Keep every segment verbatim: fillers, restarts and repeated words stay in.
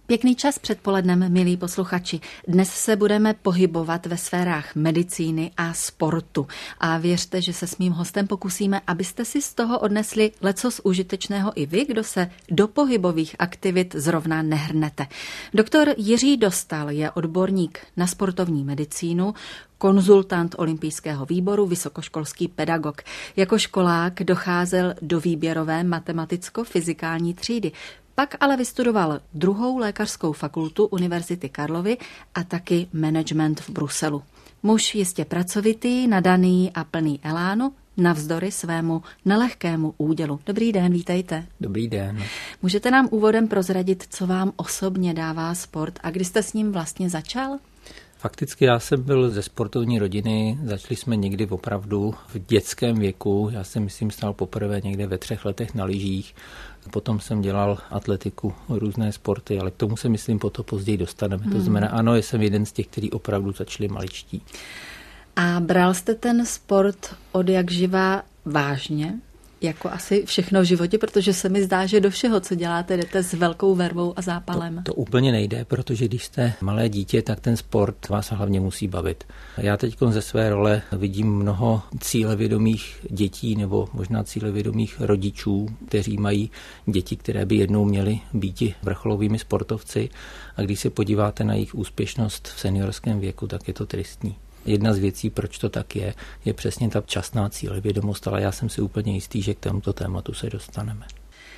Pěkný čas předpolednem, milí posluchači. Dnes se budeme pohybovat ve sférách medicíny a sportu. A věřte, že se s mým hostem pokusíme, abyste si z toho odnesli lecos užitečného i vy, kdo se do pohybových aktivit zrovna nehrnete. Doktor Jiří Dostál je odborník na sportovní medicínu, konzultant olympijského výboru, vysokoškolský pedagog. Jako školák docházel do výběrové matematicko-fyzikální třídy. Pak ale vystudoval druhou lékařskou fakultu Univerzity Karlovy a taky management v Bruselu. Muž jistě pracovitý, nadaný a plný elánu, navzdory svému nelehkému údělu. Dobrý den, vítejte. Dobrý den. Můžete nám úvodem prozradit, co vám osobně dává sport a kdy jste s ním vlastně začal? Fakticky já jsem byl ze sportovní rodiny, začali jsme někdy opravdu v dětském věku, já jsem myslím stál poprvé někde ve třech letech na lyžích, potom jsem dělal atletiku, různé sporty, ale k tomu se myslím potom později dostaneme. Hmm. To znamená, ano, jsem jeden z těch, kteří opravdu začali maličtí. A bral jste ten sport od jak živa vážně? Jako asi všechno v životě, protože se mi zdá, že do všeho, co děláte, jdete s velkou vervou a zápalem. To, to úplně nejde, protože když jste malé dítě, tak ten sport vás hlavně musí bavit. Já teď ze své role vidím mnoho cílevědomých dětí nebo možná cílevědomých rodičů, kteří mají děti, které by jednou měly být vrcholovými sportovci. A když se podíváte na jejich úspěšnost v seniorském věku, tak je to tristní. Jedna z věcí, proč to tak je, je přesně ta časná cílevědomost, ale já jsem si úplně jistý, že k tomuto tématu se dostaneme.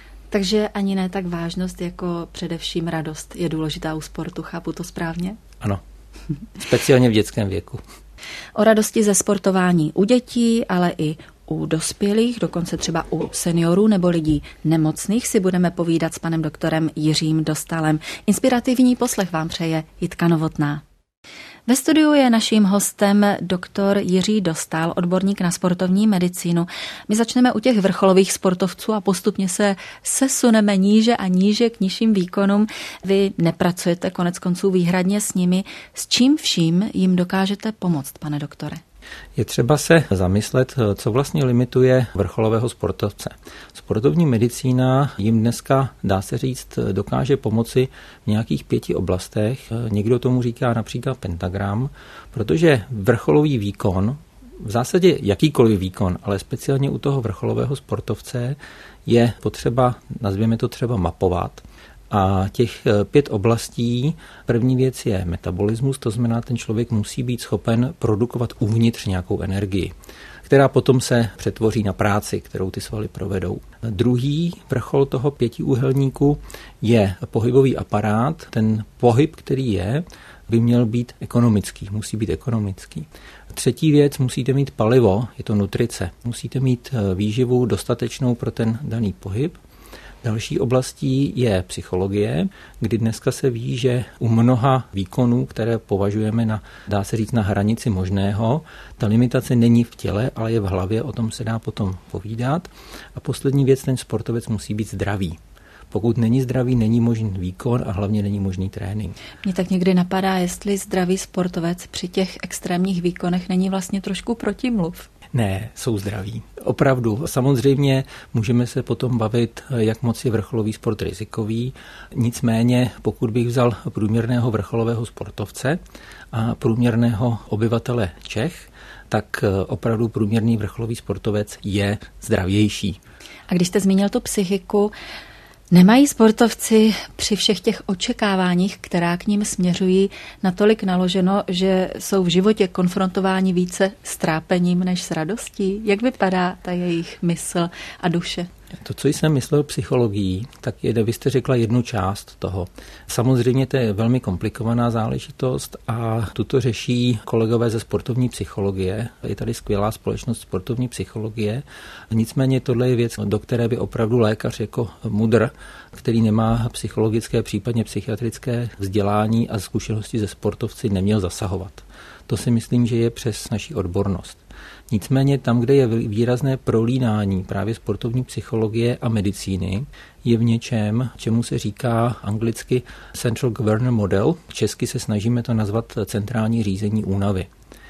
Takže ani ne tak vážnost, jako především radost je důležitá u sportu, chápu to správně? Ano, speciálně v dětském věku. O radosti ze sportování u dětí, ale i u dospělých, dokonce třeba u seniorů nebo lidí nemocných si budeme povídat s panem doktorem Jiřím Dostálem. Inspirativní poslech vám přeje Jitka Novotná. Ve studiu je naším hostem doktor Jiří Dostál, odborník na sportovní medicínu. My začneme u těch vrcholových sportovců a postupně se sesuneme níže a níže k nižším výkonům. Vy nepracujete konec konců výhradně s nimi. S čím vším jim dokážete pomoct, pane doktore? Je třeba se zamyslet, co vlastně limituje vrcholového sportovce. Sportovní medicína jim dneska, dá se říct, dokáže pomoci v nějakých pěti oblastech. Někdo tomu říká například pentagram, protože vrcholový výkon, v zásadě jakýkoliv výkon, ale speciálně u toho vrcholového sportovce je potřeba, nazvěme to třeba mapovat. A těch pět oblastí, první věc je metabolismus, to znamená, ten člověk musí být schopen produkovat uvnitř nějakou energii, která potom se přetvoří na práci, kterou ty svaly provedou. Druhý vrchol toho pětiúhelníku je pohybový aparát. Ten pohyb, který je, by měl být ekonomický, musí být ekonomický. Třetí věc, musíte mít palivo, je to nutrice. Musíte mít výživu dostatečnou pro ten daný pohyb. Další oblastí je psychologie, kdy dneska se ví, že u mnoha výkonů, které považujeme na, dá se říct, na hranici možného, ta limitace není v těle, ale je v hlavě, o tom se dá potom povídat. A poslední věc, ten sportovec musí být zdravý. Pokud není zdravý, není možný výkon a hlavně není možný trénink. Mně tak někdy napadá, jestli zdravý sportovec při těch extrémních výkonech není vlastně trošku protimluv. Ne, jsou zdraví. Opravdu. Samozřejmě můžeme se potom bavit, jak moc je vrcholový sport rizikový. Nicméně, pokud bych vzal průměrného vrcholového sportovce a průměrného obyvatele Čech, tak opravdu průměrný vrcholový sportovec je zdravější. A když jste zmínil tu psychiku, nemají sportovci při všech těch očekáváních, která k ním směřují, natolik naloženo, že jsou v životě konfrontováni více s trápením než s radostí? Jak vypadá ta jejich mysl a duše? To, co jsem myslel psychologií, tak je, vy jste řekla jednu část toho. Samozřejmě to je velmi komplikovaná záležitost a tuto řeší kolegové ze sportovní psychologie. Je tady skvělá společnost sportovní psychologie. Nicméně tohle je věc, do které by opravdu lékař jako mudr, který nemá psychologické, případně psychiatrické vzdělání a zkušenosti ze sportovci, neměl zasahovat. To si myslím, že je přes naši odbornost. Nicméně tam, kde je výrazné prolínání právě sportovní psychologie a medicíny, je v něčem, čemu se říká anglicky Central Governor Model. Česky se snažíme to nazvat centrální řízení únavy.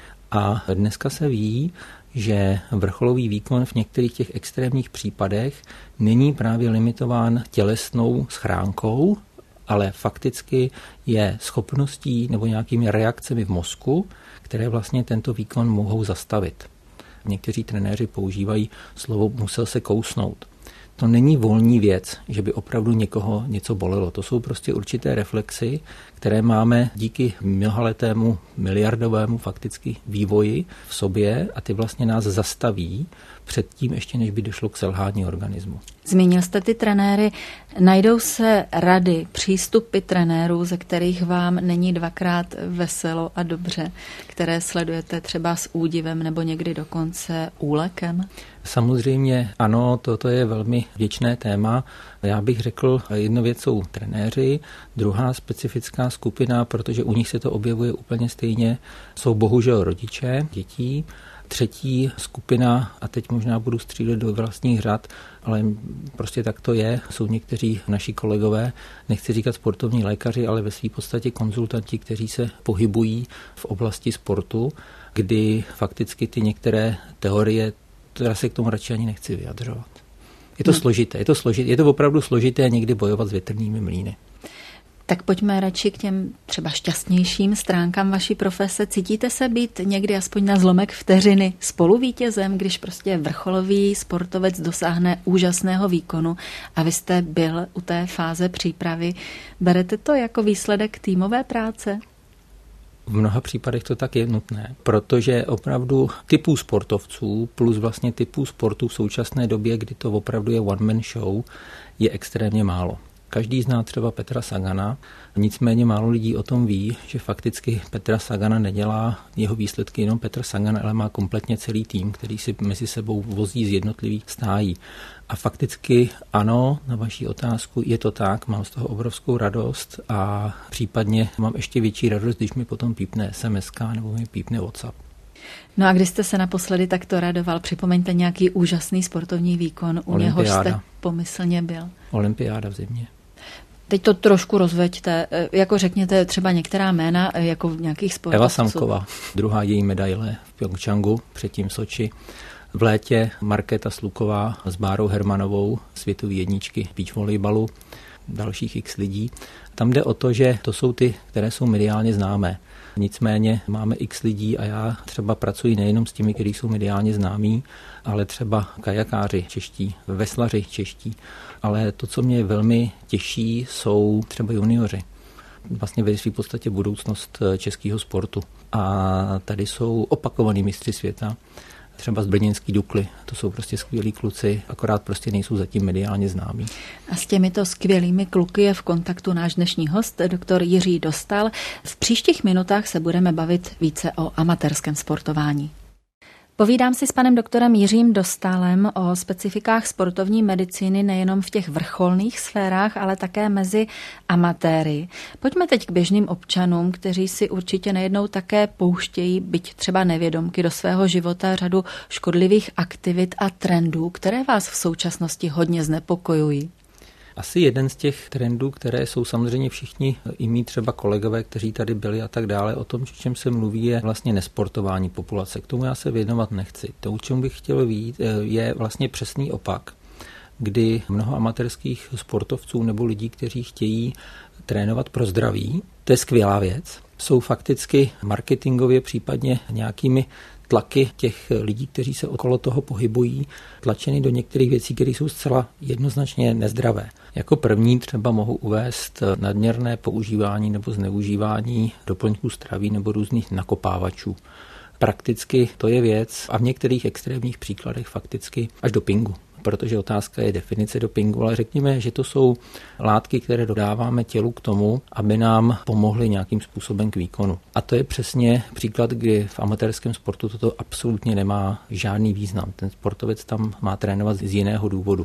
A dneska se ví, že vrcholový výkon v některých těch extrémních případech není právě limitován tělesnou schránkou, ale fakticky je schopností nebo nějakými reakcemi v mozku, které vlastně tento výkon mohou zastavit. Někteří trenéři používají slovo musel se kousnout. To není volný věc, že by opravdu někoho něco bolelo. To jsou prostě určité reflexy, které máme díky mnohaletému, miliardovému fakticky vývoji v sobě a ty vlastně nás zastaví předtím, ještě než by došlo k selhání organismu. Zmínil jste ty trenéry. Najdou se rady, přístupy trenérů, ze kterých vám není dvakrát veselo a dobře, které sledujete třeba s údivem nebo někdy dokonce úlekem? Samozřejmě ano, toto je velmi věčné téma. Já bych řekl, jedno věc jsou trenéři, druhá specifická skupina, protože u nich se to objevuje úplně stejně, jsou bohužel rodiče dětí. Třetí skupina, a teď možná budu střílet do vlastních řad, ale prostě tak to je, jsou někteří naši kolegové, nechci říkat sportovní lékaři, ale ve své podstatě konzultanti, kteří se pohybují v oblasti sportu, kdy fakticky ty některé teorie, teda se k tomu radši ani nechci vyjadřovat. Je to no. složité, je to složité, je to opravdu složité někdy bojovat s větrnými mlýny. Tak pojďme radši k těm třeba šťastnějším stránkám vaší profese. Cítíte se být někdy aspoň na zlomek vteřiny spoluvítězem, když prostě vrcholový sportovec dosáhne úžasného výkonu a vy jste byl u té fáze přípravy. Berete to jako výsledek týmové práce? V mnoha případech to tak je nutné, protože opravdu typů sportovců plus vlastně typů sportu v současné době, kdy to opravdu je one-man show, je extrémně málo. Každý zná třeba Petra Sagana, nicméně málo lidí o tom ví, že fakticky Petra Sagana nedělá jeho výsledky jenom Petr Sagan, ale má kompletně celý tým, který si mezi sebou vozí z jednotlivých stájí. A fakticky ano, na vaši otázku je to tak, mám z toho obrovskou radost a případně mám ještě větší radost, když mi potom pípne es em eska nebo mi pípne WhatsApp. No a když jste se naposledy takto radoval, připomeňte nějaký úžasný sportovní výkon, u něhož jste pomyslně byl. Olympiáda v zimě. Teď to trošku rozveďte, jako řekněte třeba některá jména, jako v nějakých sportovců. Eva Samková, druhá její medaile v Pyeongchangu, předtím Soči. V létě Markéta Sluková s Bárou Hermanovou, světové jedničky beach volejbalu, dalších x lidí. Tam jde o to, že to jsou ty, které jsou mediálně známé. Nicméně máme x lidí a já třeba pracuji nejenom s těmi, kteří jsou mediálně známí, ale třeba kajakáři čeští, veslaři čeští. Ale to, co mě velmi těší, jsou třeba junioři. Vlastně ve své podstatě budoucnost českého sportu. A tady jsou opakovaní mistři světa. Třeba z brněnský Dukly, to jsou prostě skvělí kluci, akorát prostě nejsou zatím mediálně známí. A s těmito skvělými kluky je v kontaktu náš dnešní host, doktor Jiří Dostál. V příštích minutách se budeme bavit více o amatérském sportování. Povídám si s panem doktorem Jiřím Dostálem o specifikách sportovní medicíny nejenom v těch vrcholných sférách, ale také mezi amatéry. Pojďme teď k běžným občanům, kteří si určitě nejednou také pouštějí, byť třeba nevědomky, do svého života řadu škodlivých aktivit a trendů, které vás v současnosti hodně znepokojují. Asi jeden z těch trendů, které jsou samozřejmě všichni i mý třeba kolegové, kteří tady byli a tak dále, o tom, o čem se mluví, je vlastně nesportování populace. K tomu já se věnovat nechci. To, o čem bych chtěl vidět, je vlastně přesný opak, kdy mnoho amatérských sportovců nebo lidí, kteří chtějí trénovat pro zdraví, to je skvělá věc, jsou fakticky marketingově případně nějakými tlaky těch lidí, kteří se okolo toho pohybují, tlačeny do některých věcí, které jsou zcela jednoznačně nezdravé. Jako první třeba mohu uvést nadměrné používání nebo zneužívání doplňků stravy nebo různých nakopávačů. Prakticky to je věc a v některých extrémních příkladech fakticky až dopingu. Protože otázka je definice dopingu, ale řekněme, že to jsou látky, které dodáváme tělu k tomu, aby nám pomohly nějakým způsobem k výkonu. A to je přesně příklad, kdy v amatérském sportu toto absolutně nemá žádný význam. Ten sportovec tam má trénovat z jiného důvodu.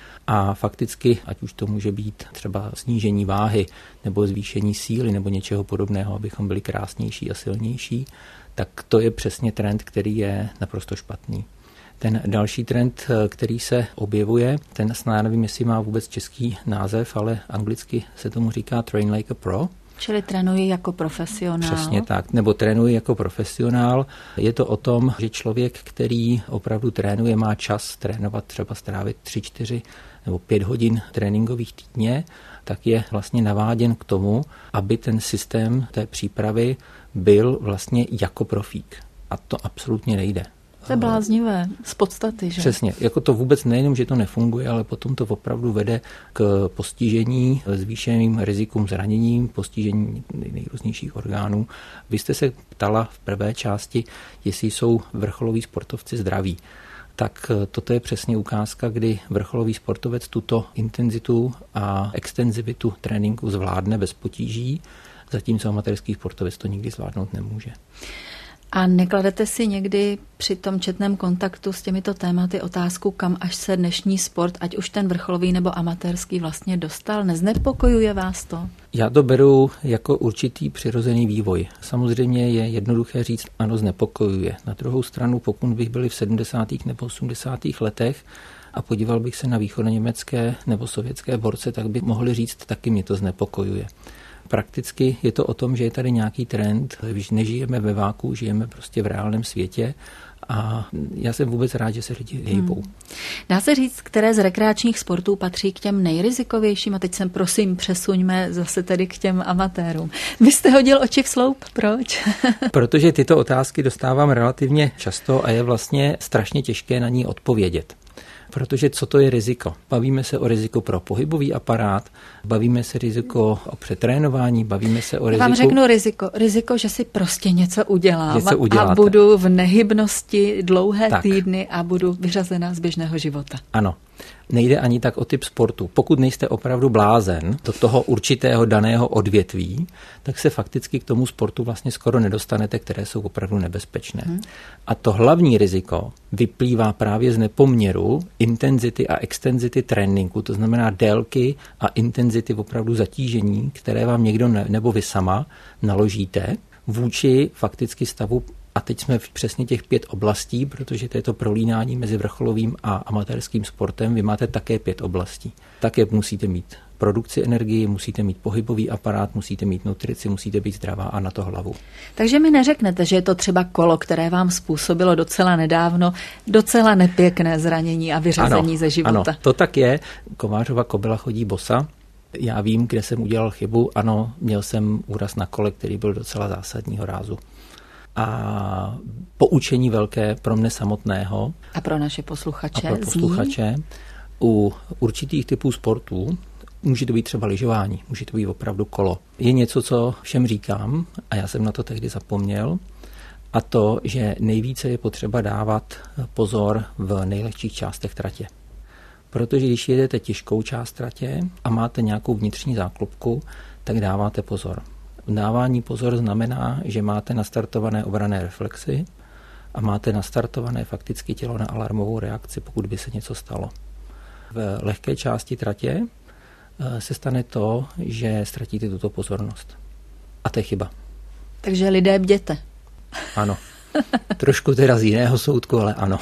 A fakticky, ať už to může být třeba snížení váhy nebo zvýšení síly nebo něčeho podobného, abychom byli krásnější a silnější, tak to je přesně trend, který je naprosto špatný. Ten další trend, který se objevuje, ten snad nevím, jestli má vůbec český název, ale anglicky se tomu říká train like a pro. Čili trénuji jako profesionál. Přesně tak, nebo trénuji jako profesionál. Je to o tom, že člověk, který opravdu trénuje, má čas trénovat, třeba strávit tři, čtyři nebo pět hodin tréninkových týdně tak je vlastně naváděn k tomu, aby ten systém té přípravy byl vlastně jako profík. A to absolutně nejde. To je bláznivé z podstaty, že? Přesně. Jako to vůbec nejenom, že to nefunguje, ale potom to opravdu vede k postižení, zvýšeným rizikům zraněním, postižení nejrůznějších orgánů. Vy jste se ptala v prvé části, jestli jsou vrcholoví sportovci zdraví. Tak toto je přesně ukázka, kdy vrcholový sportovec tuto intenzitu a extenzivitu tréninku zvládne bez potíží, zatímco amatérský sportovec to nikdy zvládnout nemůže. A nekladete si někdy při tom četném kontaktu s těmito tématy otázku, kam až se dnešní sport, ať už ten vrcholový nebo amatérský, vlastně dostal? Neznepokojuje vás to? Já to beru jako určitý přirozený vývoj. Samozřejmě je jednoduché říct, ano, znepokojuje. Na druhou stranu, pokud bych byli v sedmdesátých nebo osmdesátých letech a podíval bych se na východoněmecké nebo sovětské borce, tak by mohli říct, taky mě to znepokojuje. Prakticky je to o tom, že je tady nějaký trend, že nežijeme ve váku, žijeme prostě v reálném světě a já jsem vůbec rád, že se lidi hejbou. Hmm. Dá se říct, které z rekreačních sportů patří k těm nejrizikovějším a teď sem prosím přesuňme zase tedy k těm amatérům. Vy jste hodil oči v sloup, proč? Protože tyto otázky dostávám relativně často a je vlastně strašně těžké na ní odpovědět. Protože co to je riziko? Bavíme se o riziku pro pohybový aparát, bavíme se riziko o přetrénování, bavíme se o riziku... Já vám řeknu riziko. Riziko, že si prostě něco udělám něco a budu v nehybnosti dlouhé tak. týdny a budu vyřazena z běžného života. Ano. Nejde ani tak o typ sportu. Pokud nejste opravdu blázen do toho určitého daného odvětví, tak se fakticky k tomu sportu vlastně skoro nedostanete, které jsou opravdu nebezpečné. Hmm. A to hlavní riziko vyplývá právě z nepoměru intenzity a extenzity tréninku, to znamená délky a intenzity opravdu zatížení, které vám někdo ne, nebo vy sama naložíte vůči fakticky stavu. A teď jsme v přesně těch pět oblastí, protože to je to prolínání mezi vrcholovým a amatérským sportem. Vy máte také pět oblastí. Také musíte mít produkci energie, musíte mít pohybový aparát, musíte mít nutrici, musíte být zdravá a na to hlavu. Takže mi neřeknete, že je to třeba kolo, které vám způsobilo docela nedávno docela nepěkné zranění a vyřazení ano, ze života. Ano, to tak je. Kovářova kobyla chodí bosa. Já vím, kde jsem udělal chybu. Ano, měl jsem úraz na kole, který byl docela zásadního rázu. A poučení velké pro mne samotného. A pro naše posluchače. A pro posluchače. U určitých typů sportů může to být třeba lyžování, může to být opravdu kolo. Je něco, co všem říkám, a já jsem na to tehdy zapomněl, a to, že nejvíce je potřeba dávat pozor v nejlehčích částech tratě. Protože když jedete těžkou část tratě a máte nějakou vnitřní záklopku, tak dáváte pozor. Dávání pozor znamená, že máte nastartované obranné reflexy a máte nastartované fakticky tělo na alarmovou reakci, pokud by se něco stalo. V lehké části tratě se stane to, že ztratíte tuto pozornost. A to je chyba. Takže lidé bděte. Ano. Trošku teda z jiného soudku, ale ano.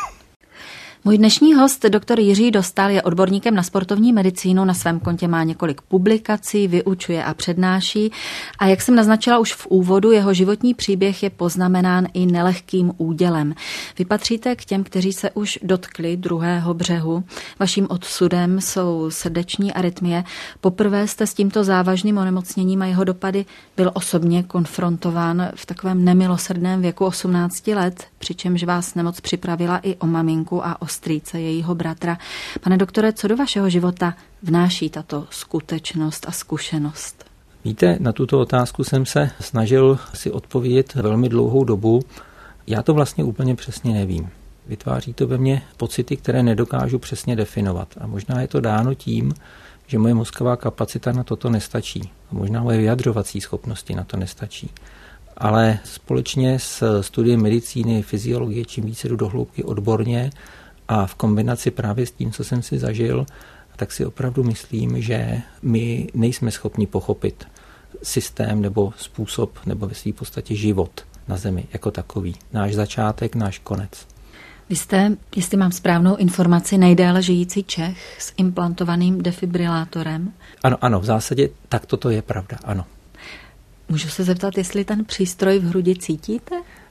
Můj dnešní host, doktor Jiří Dostál, je odborníkem na sportovní medicínu, na svém kontě má několik publikací, vyučuje a přednáší a jak jsem naznačila už v úvodu, jeho životní příběh je poznamenán i nelehkým údělem. Vy patříte k těm, kteří se už dotkli druhého břehu. Vaším odsudem jsou srdeční arytmie. Poprvé jste s tímto závažným onemocněním a jeho dopady byl osobně konfrontován v takovém nemilosrdném věku osmnácti let, přičemž vás nemoc připravila i o maminku a o strýce jejího bratra. Pane doktore, co do vašeho života vnáší tato skutečnost a zkušenost? Víte, na tuto otázku jsem se snažil si odpovědět velmi dlouhou dobu. Já to vlastně úplně přesně nevím. Vytváří to ve mně pocity, které nedokážu přesně definovat. A možná je to dáno tím, že moje mozková kapacita na toto nestačí. A možná moje vyjadřovací schopnosti na to nestačí. Ale společně s studiem medicíny, fyziologie, čím více jdu do hloubky odborně a v kombinaci právě s tím, co jsem si zažil, tak si opravdu myslím, že my nejsme schopni pochopit systém nebo způsob nebo ve své podstatě život na Zemi jako takový. Náš začátek, náš konec. Vy jste, jestli mám správnou informaci, nejdéle žijící Čech s implantovaným defibrilátorem? Ano, ano, v zásadě tak toto je pravda, ano. Můžu se zeptat, jestli ten přístroj v hrudi cítíte?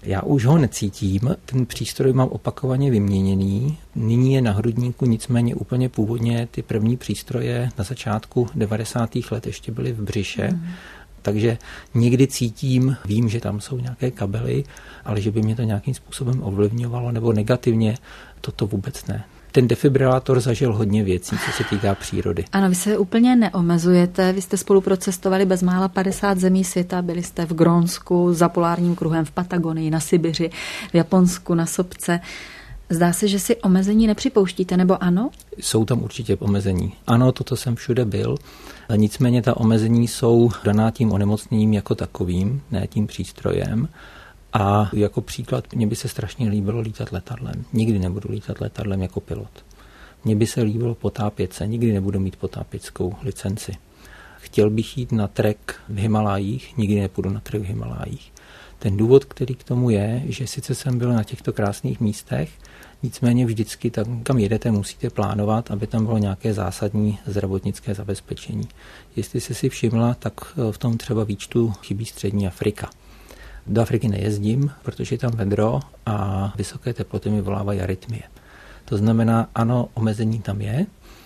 Já už ho necítím, ten přístroj mám opakovaně vyměněný, nyní je na hrudníku, nicméně úplně původně ty první přístroje na začátku devadesátých let ještě byly v břiše, mm. takže někdy cítím, vím, že tam jsou nějaké kabely, ale že by mě to nějakým způsobem ovlivňovalo nebo negativně, toto vůbec ne. Ten defibrilátor zažil hodně věcí, co se týká přírody. Ano, vy se úplně neomezujete, vy jste spolu procestovali bezmála padesát zemí světa, byli jste v Grónsku, za polárním kruhem, v Patagonii, na Sibiři, v Japonsku, na Sobce. Zdá se, že si omezení nepřipouštíte, nebo ano? Jsou tam určitě omezení. Ano, toto jsem všude byl, nicméně ta omezení jsou daná tím onemocněním jako takovým, ne tím přístrojem. A jako příklad, mně by se strašně líbilo lítat letadlem. Nikdy nebudu lítat letadlem jako pilot. Mně by se líbilo potápět se, nikdy nebudu mít potápěckou licenci. Chtěl bych jít na trek v Himalájích, nikdy nepůjdu na trek v Himalájích. Ten důvod, který k tomu je, že sice jsem byl na těchto krásných místech, nicméně vždycky tam, kam jedete, musíte plánovat, aby tam bylo nějaké zásadní zdravotnické zabezpečení. Jestli jste si všimla, tak v tom třeba výčtu chybí střední Afrika. Do Afriky nejezdím, protože je tam vedro a vysoké teploty mi volávají arytmie. To znamená, ano, omezení tam je,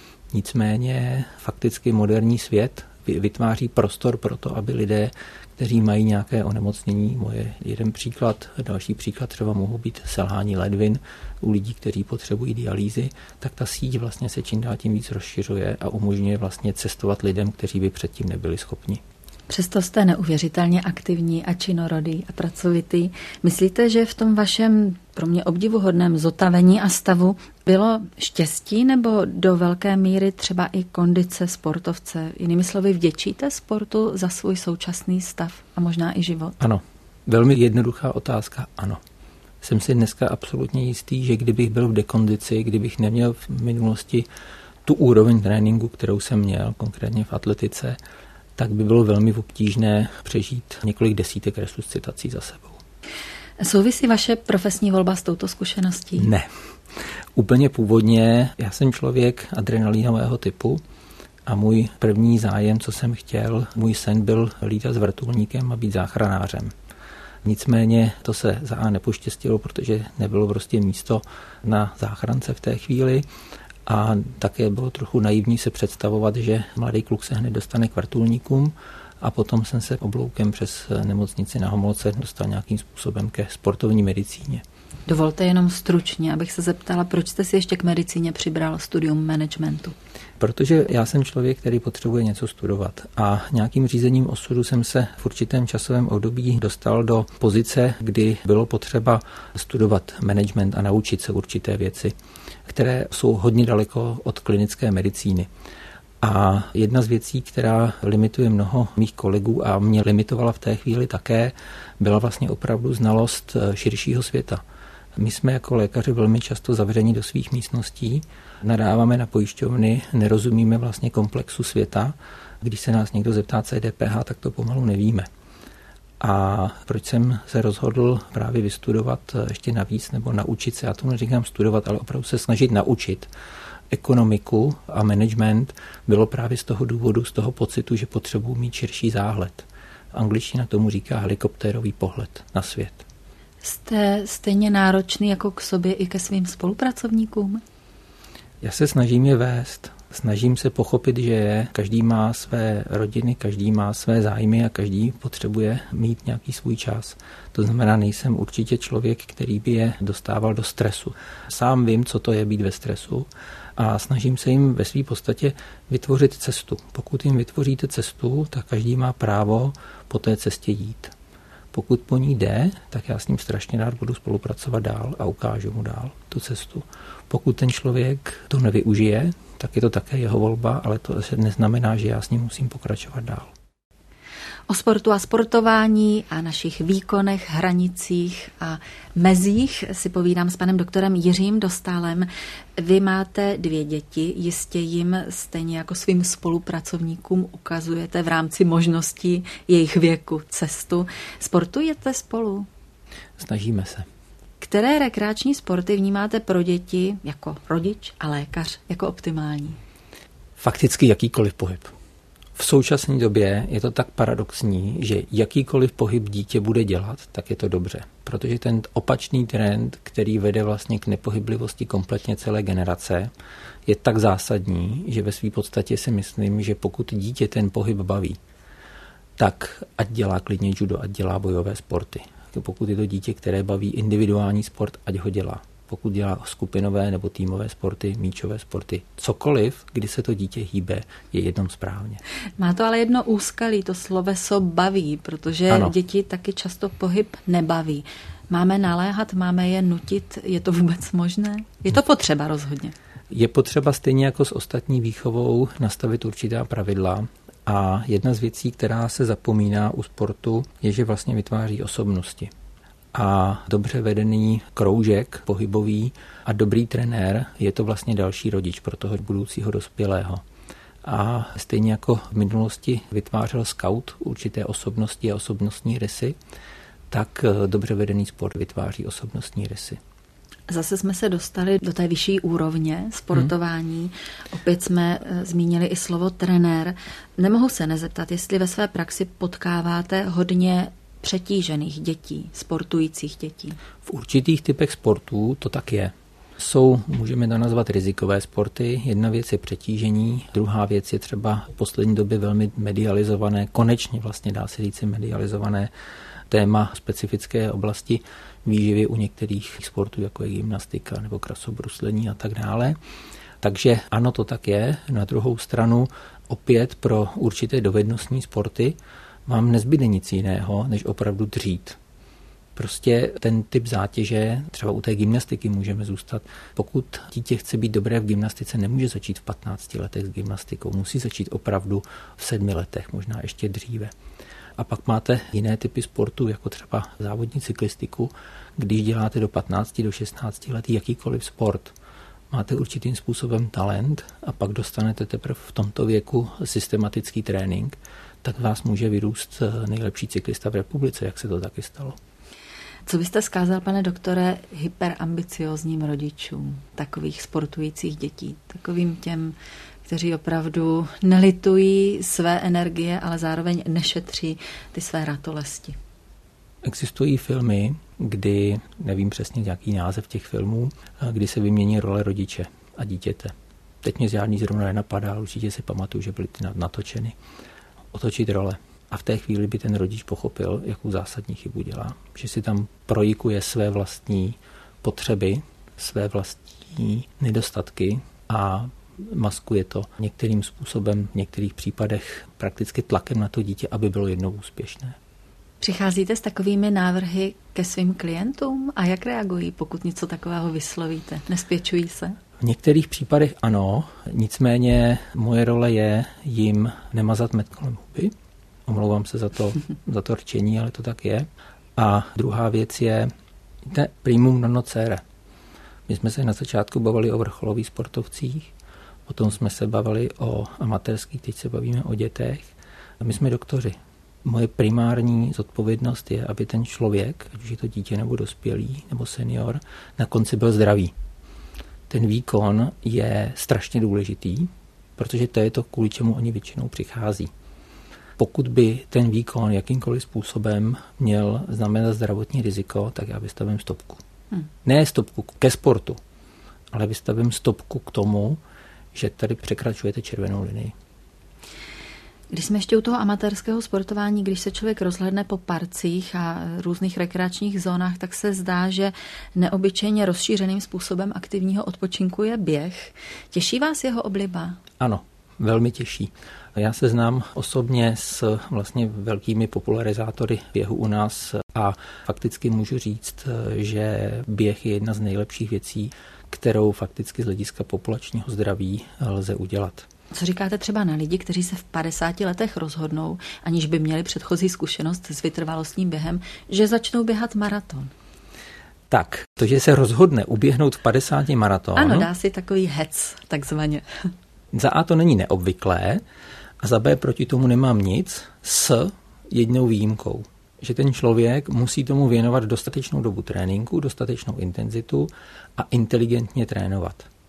nicméně fakticky moderní svět vytváří prostor pro to, aby lidé, kteří mají nějaké onemocnění, moje jeden příklad, další příklad třeba mohou být selhání ledvin u lidí, kteří potřebují dialýzy, tak ta síť vlastně se čím dál tím víc rozšiřuje a umožňuje vlastně cestovat lidem, kteří by předtím nebyli schopni. Přesto jste neuvěřitelně aktivní a činorodý a pracovitý. Myslíte, že v tom vašem pro mě obdivuhodném zotavení a stavu bylo štěstí nebo do velké míry třeba i kondice sportovce? Jinými slovy, vděčíte sportu za svůj současný stav a možná i život? Ano, velmi jednoduchá otázka, ano. Jsem si dneska absolutně jistý, že kdybych byl v dekondici, kdybych neměl v minulosti tu úroveň tréninku, kterou jsem měl, konkrétně v atletice, tak by bylo velmi obtížné přežít několik desítek resuscitací za sebou. Souvisí vaše profesní volba s touto zkušeností? Ne. Úplně původně, já jsem člověk adrenalinového typu a můj první zájem, co jsem chtěl, můj sen byl lítat s vrtulníkem a být záchranářem. Nicméně to se za A nepoštěstilo, protože nebylo prostě místo na záchrance v té chvíli. A také bylo trochu naivní se představovat, že mladý kluk se hned dostane k vrtulníkům a potom jsem se obloukem přes nemocnici na Homolce dostal nějakým způsobem ke sportovní medicíně. Dovolte jenom stručně, abych se zeptala, proč jste si ještě k medicíně přibral studium managementu? Protože já jsem člověk, který potřebuje něco studovat a nějakým řízením osudu jsem se v určitém časovém období dostal do pozice, kdy bylo potřeba studovat management a naučit se určité věci, které jsou hodně daleko od klinické medicíny. A jedna z věcí, která limituje mnoho mých kolegů a mě limitovala v té chvíli také, byla vlastně opravdu znalost širšího světa. My jsme jako lékaři velmi často zavření do svých místností, nadáváme na pojišťovny, nerozumíme vlastně komplexu světa. Když se nás někdo zeptá C D P H, tak to pomalu nevíme. A proč jsem se rozhodl právě vystudovat ještě navíc nebo naučit se, já to neříkám studovat, ale opravdu se snažit naučit ekonomiku a management, bylo právě z toho důvodu, z toho pocitu, že potřebuji mít širší záhled. Angličtina tomu říká helikoptérový pohled na svět. Jste stejně náročný jako k sobě i ke svým spolupracovníkům? Já se snažím je vést. Snažím se pochopit, že každý má své rodiny, každý má své zájmy a každý potřebuje mít nějaký svůj čas. To znamená, nejsem určitě člověk, který by je dostával do stresu. Sám vím, co to je být ve stresu a snažím se jim ve své podstatě vytvořit cestu. Pokud jim vytvoříte cestu, tak každý má právo po té cestě jít. Pokud po ní jde, tak já s ním strašně rád budu spolupracovat dál a ukážu mu dál tu cestu. Pokud ten člověk to nevyužije, tak je to také jeho volba, ale to neznamená, že já s ním musím pokračovat dál. O sportu a sportování a našich výkonech, hranicích a mezích si povídám s panem doktorem Jiřím Dostálem. Vy máte dvě děti, jistě jim stejně jako svým spolupracovníkům ukazujete v rámci možností jejich věku cestu. Sportujete spolu? Snažíme se. Které rekreační sporty vnímáte pro děti jako rodič a lékař jako optimální? Fakticky jakýkoliv pohyb. V současné době je to tak paradoxní, že jakýkoliv pohyb dítě bude dělat, tak je to dobře. Protože ten opačný trend, který vede vlastně k nepohyblivosti kompletně celé generace, je tak zásadní, že ve své podstatě si myslím, že pokud dítě ten pohyb baví, tak ať dělá klidně judo, ať dělá bojové sporty. Pokud je to dítě, které baví individuální sport, ať ho dělá. Pokud dělá skupinové nebo týmové sporty, míčové sporty, cokoliv, kdy se to dítě hýbe, je jednom správně. Má to ale jedno úskalí, to sloveso baví, protože ano. Děti taky často pohyb nebaví. Máme naléhat, máme je nutit, je to vůbec možné? Je to potřeba rozhodně. Je potřeba stejně jako s ostatní výchovou nastavit určitá pravidla. A jedna z věcí, která se zapomíná u sportu, je, že vlastně vytváří osobnosti. A dobře vedený kroužek pohybový a dobrý trenér je to vlastně další rodič pro toho budoucího dospělého. A stejně jako v minulosti vytvářel scout určité osobnosti a osobnostní rysy, tak dobře vedený sport vytváří osobnostní rysy. Zase jsme se dostali do té vyšší úrovně sportování. Hmm. Opět jsme zmínili i slovo trenér. Nemohu se nezeptat, jestli ve své praxi potkáváte hodně přetížených dětí, sportujících dětí. V určitých typech sportů to tak je. Jsou, můžeme to nazvat rizikové sporty. Jedna věc je přetížení, druhá věc je třeba v poslední době velmi medializované, konečně vlastně dá se říct medializované téma specifické oblasti výživy u některých sportů, jako je gymnastika nebo krasobruslení a tak dále. Takže ano, to tak je. Na druhou stranu opět pro určité dovednostní sporty vám nezbyde nic jiného, než opravdu dřít. Prostě ten typ zátěže, třeba u té gymnastiky můžeme zůstat. Pokud dítě chce být dobré v gymnastice, nemůže začít v patnácti letech s gymnastikou. Musí začít opravdu v sedmi letech, možná ještě dříve. A pak máte jiné typy sportu, jako třeba závodní cyklistiku. Když děláte do patnácti, do šestnácti let jakýkoliv sport, máte určitým způsobem talent a pak dostanete teprve v tomto věku systematický trénink, tak vás může vyrůst nejlepší cyklista v republice, jak se to taky stalo. Co byste vzkázal, pane doktore, hyperambiciozním rodičům takových sportujících dětí, takovým těm, kteří opravdu nelitují své energie, ale zároveň nešetří ty své ratolesti? Existují filmy, kdy, nevím přesně jaký název těch filmů, kdy se vymění role rodiče a dítěte. Teď mě žádný zrovna nenapadá, ale určitě si pamatuju, že byly ty natočeny. Otočit role. A v té chvíli by ten rodič pochopil, jakou zásadní chybu dělá. Že si tam projikuje své vlastní potřeby, své vlastní nedostatky a maskuje to některým způsobem, v některých případech prakticky tlakem na to dítě, aby bylo jednou úspěšné. Přicházíte s takovými návrhy ke svým klientům a jak reagují, pokud něco takového vyslovíte? Nespěčují se? V některých případech ano, nicméně moje role je jim nemazat med kolem huby. Omlouvám se za to, za to rčení, ale to tak je. A druhá věc je ne, primum non nocere. My jsme se na začátku bavili o vrcholových sportovcích, potom jsme se bavili o amatérských, teď se bavíme o dětech. A my jsme doktoři. Moje primární zodpovědnost je, aby ten člověk, ať už je to dítě nebo dospělý nebo senior, na konci byl zdravý. Ten výkon je strašně důležitý, protože to je to, kvůli čemu oni většinou přichází. Pokud by ten výkon jakýmkoliv způsobem měl znamenat zdravotní riziko, tak já vystavím stopku. Hmm. Ne stopku ke sportu, ale vystavím stopku k tomu, že tady překračujete červenou linii. Když jsme ještě u toho amatérského sportování, když se člověk rozhlédne po parcích a různých rekreačních zónách, tak se zdá, že neobyčejně rozšířeným způsobem aktivního odpočinku je běh. Těší vás jeho obliba? Ano, velmi těší. Já se znám osobně s vlastně velkými popularizátory běhu u nás a fakticky můžu říct, že běh je jedna z nejlepších věcí, kterou fakticky z hlediska populačního zdraví lze udělat. Co říkáte třeba na lidi, kteří se v padesáti letech rozhodnou, aniž by měli předchozí zkušenost s vytrvalostním během, že začnou běhat maraton? Tak, to, že se rozhodne uběhnout v padesáti maraton... Ano, dá si takový hec, takzvaně. Za A to není neobvyklé a za B proti tomu nemám nic s jednou výjimkou. Že ten člověk musí tomu věnovat dostatečnou dobu tréninku, dostatečnou intenzitu a inteligentně trénovat.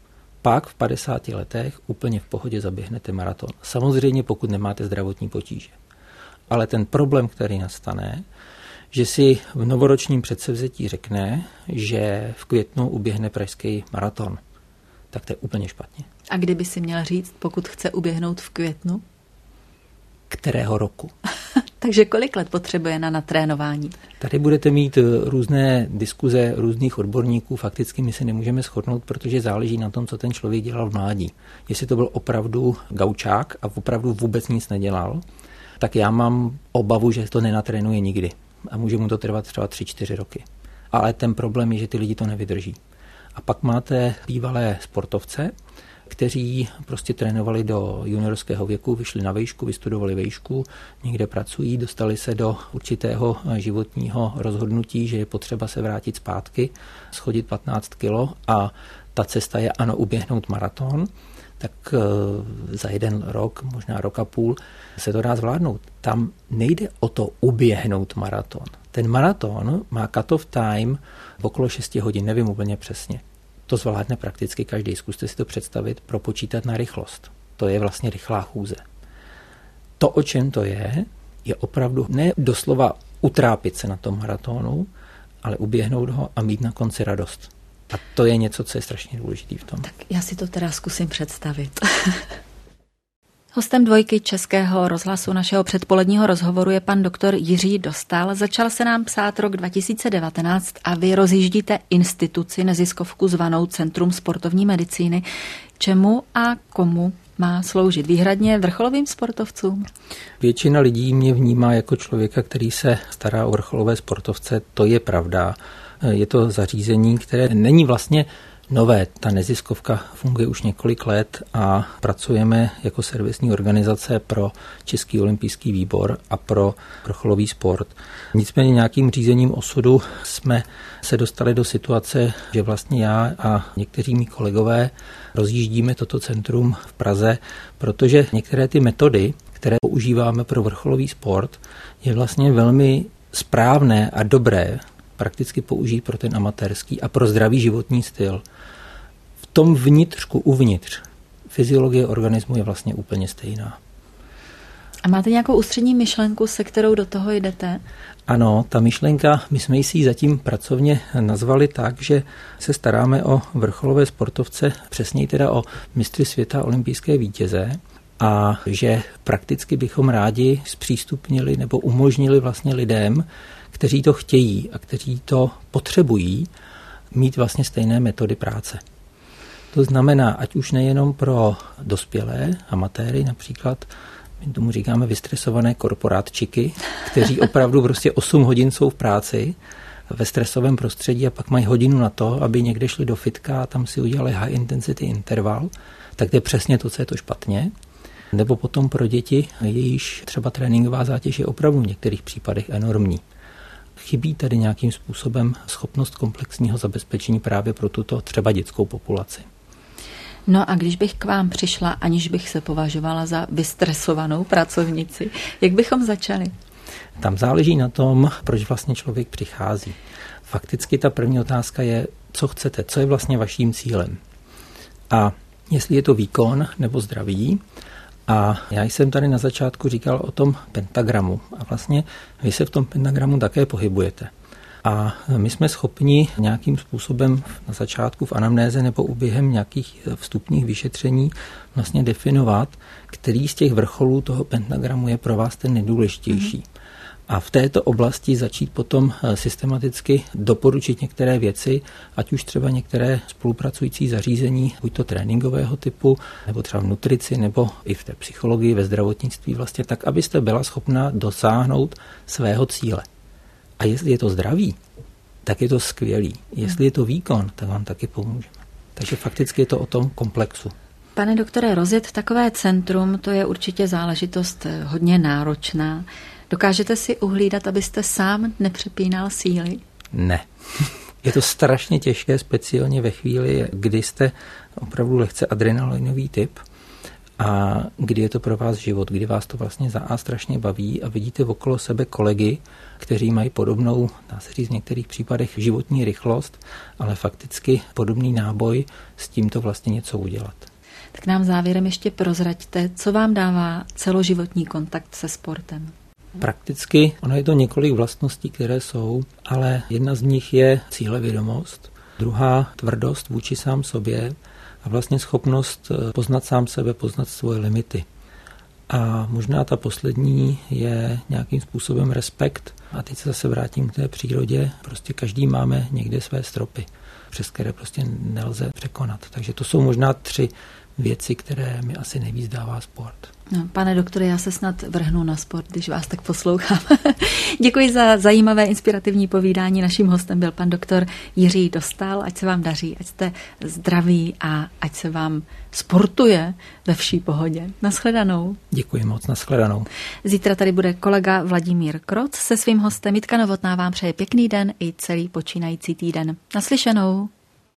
pak v padesáti letech úplně v pohodě zaběhnete maraton. Samozřejmě pokud nemáte zdravotní potíže. Ale ten problém, který nastane, že si v novoročním předsevzetí řekne, že v květnu uběhne pražský maraton, tak to je úplně špatně. A kdyby si měl říct, pokud chce uběhnout v květnu? Kterého roku? Takže kolik let potřebuje na natrénování? Tady budete mít různé diskuze různých odborníků. Fakticky my se nemůžeme shodnout, protože záleží na tom, co ten člověk dělal v mládí. Jestli to byl opravdu gaučák a opravdu vůbec nic nedělal, tak já mám obavu, že to nenatrénuje nikdy. A může mu to trvat třeba tři, čtyři roky. Ale ten problém je, že ty lidi to nevydrží. A pak máte bývalé sportovce, kteří prostě trénovali do juniorského věku, vyšli na vejšku, vystudovali vejšku, někde pracují, dostali se do určitého životního rozhodnutí, že je potřeba se vrátit zpátky, schodit patnáct kilo a ta cesta je ano uběhnout maraton, tak za jeden rok, možná rok a půl se to dá zvládnout. Tam nejde o to uběhnout maraton. Ten maraton má cut-off time v okolo šesti hodin, nevím úplně přesně. To zvládne prakticky každý. Zkuste si to představit, propočítat na rychlost. To je vlastně rychlá chůze. To, o čem to je, je opravdu ne doslova utrápit se na tom maratonu, ale uběhnout ho a mít na konci radost. A to je něco, co je strašně důležité v tom. Tak já si to teda zkusím představit. Hostem dvojky Českého rozhlasu našeho předpoledního rozhovoru je pan doktor Jiří Dostál. Začal se nám psát rok dva tisíce devatenáct a vy rozjíždíte instituci, neziskovku zvanou Centrum sportovní medicíny. Čemu a komu má sloužit? Výhradně vrcholovým sportovcům? Většina lidí mě vnímá jako člověka, který se stará o vrcholové sportovce. To je pravda. Je to zařízení, které není vlastně nové. Ta neziskovka funguje už několik let a pracujeme jako servisní organizace pro Český olympijský výbor a pro vrcholový sport. Nicméně nějakým řízením osudu jsme se dostali do situace, že vlastně já a někteří mý kolegové rozjíždíme toto centrum v Praze, protože některé ty metody, které používáme pro vrcholový sport, je vlastně velmi správné a dobré prakticky použít pro ten amatérský a pro zdravý životní styl. V tom vnitřku, uvnitř, fyziologie organismu je vlastně úplně stejná. A máte nějakou ústřední myšlenku, se kterou do toho jdete? Ano, ta myšlenka, my jsme ji zatím pracovně nazvali tak, že se staráme o vrcholové sportovce, přesněji teda o mistry světa, olympijské vítěze, a že prakticky bychom rádi zpřístupnili nebo umožnili vlastně lidem, kteří to chtějí a kteří to potřebují, mít vlastně stejné metody práce. To znamená, ať už nejenom pro dospělé amatéry, například my tomu říkáme vystresované korporátčiky, kteří opravdu prostě osm hodin jsou v práci ve stresovém prostředí a pak mají hodinu na to, aby někde šli do fitka a tam si udělali high intensity interval, tak to je přesně to, co je to špatně. Nebo potom pro děti, jejíž třeba tréninková zátěž je opravdu v některých případech enormní. Chybí tady nějakým způsobem schopnost komplexního zabezpečení právě pro tuto třeba dětskou populaci. No a když bych k vám přišla, aniž bych se považovala za vystresovanou pracovnici, jak bychom začali? Tam záleží na tom, proč vlastně člověk přichází. Fakticky ta první otázka je, co chcete, co je vlastně vaším cílem. A jestli je to výkon nebo zdraví. A já jsem tady na začátku říkal o tom pentagramu. A vlastně vy se v tom pentagramu také pohybujete. A my jsme schopni nějakým způsobem na začátku v anamnéze nebo během nějakých vstupních vyšetření vlastně definovat, který z těch vrcholů toho pentagramu je pro vás ten nejdůležitější. Mm-hmm. A v této oblasti začít potom systematicky doporučit některé věci, ať už třeba některé spolupracující zařízení, buď to tréninkového typu, nebo třeba v nutrici, nebo i v té psychologii, ve zdravotnictví vlastně, tak abyste byla schopna dosáhnout svého cíle. A jestli je to zdraví, tak je to skvělý. Jestli je to výkon, tak vám taky pomůžeme. Takže fakticky je to o tom komplexu. Pane doktore, rozjet takové centrum, to je určitě záležitost hodně náročná. Dokážete si uhlídat, abyste sám nepřepínal síly? Ne. Je to strašně těžké, speciálně ve chvíli, kdy jste opravdu lehce adrenalinový typ a kdy je to pro vás život, kdy vás to vlastně za A strašně baví a vidíte okolo sebe kolegy kteří mají podobnou, dá se říct v některých případech, životní rychlost, ale fakticky podobný náboj s tímto vlastně něco udělat. Tak nám závěrem ještě prozraďte, co vám dává celoživotní kontakt se sportem. Prakticky ono je to několik vlastností, které jsou, ale jedna z nich je cílevědomost, druhá tvrdost vůči sám sobě a vlastně schopnost poznat sám sebe, poznat svoje limity. A možná ta poslední je nějakým způsobem respekt. A teď se zase vrátím k té přírodě. Prostě každý máme někde své stropy, přes které prostě nelze překonat. Takže to jsou možná tři věci, které mi asi nejvíc dává sport. No, pane doktore, já se snad vrhnu na sport, když vás tak poslouchám. Děkuji za zajímavé inspirativní povídání. Naším hostem byl pan doktor Jiří Dostál. Ať se vám daří, ať jste zdraví a ať se vám sportuje ve vší pohodě. Nashledanou. Děkuji moc, nashledanou. Zítra tady bude kolega Vladimír Kroc se svým hostem. Jitka Novotná vám přeje pěkný den i celý počínající týden. Naslyšenou.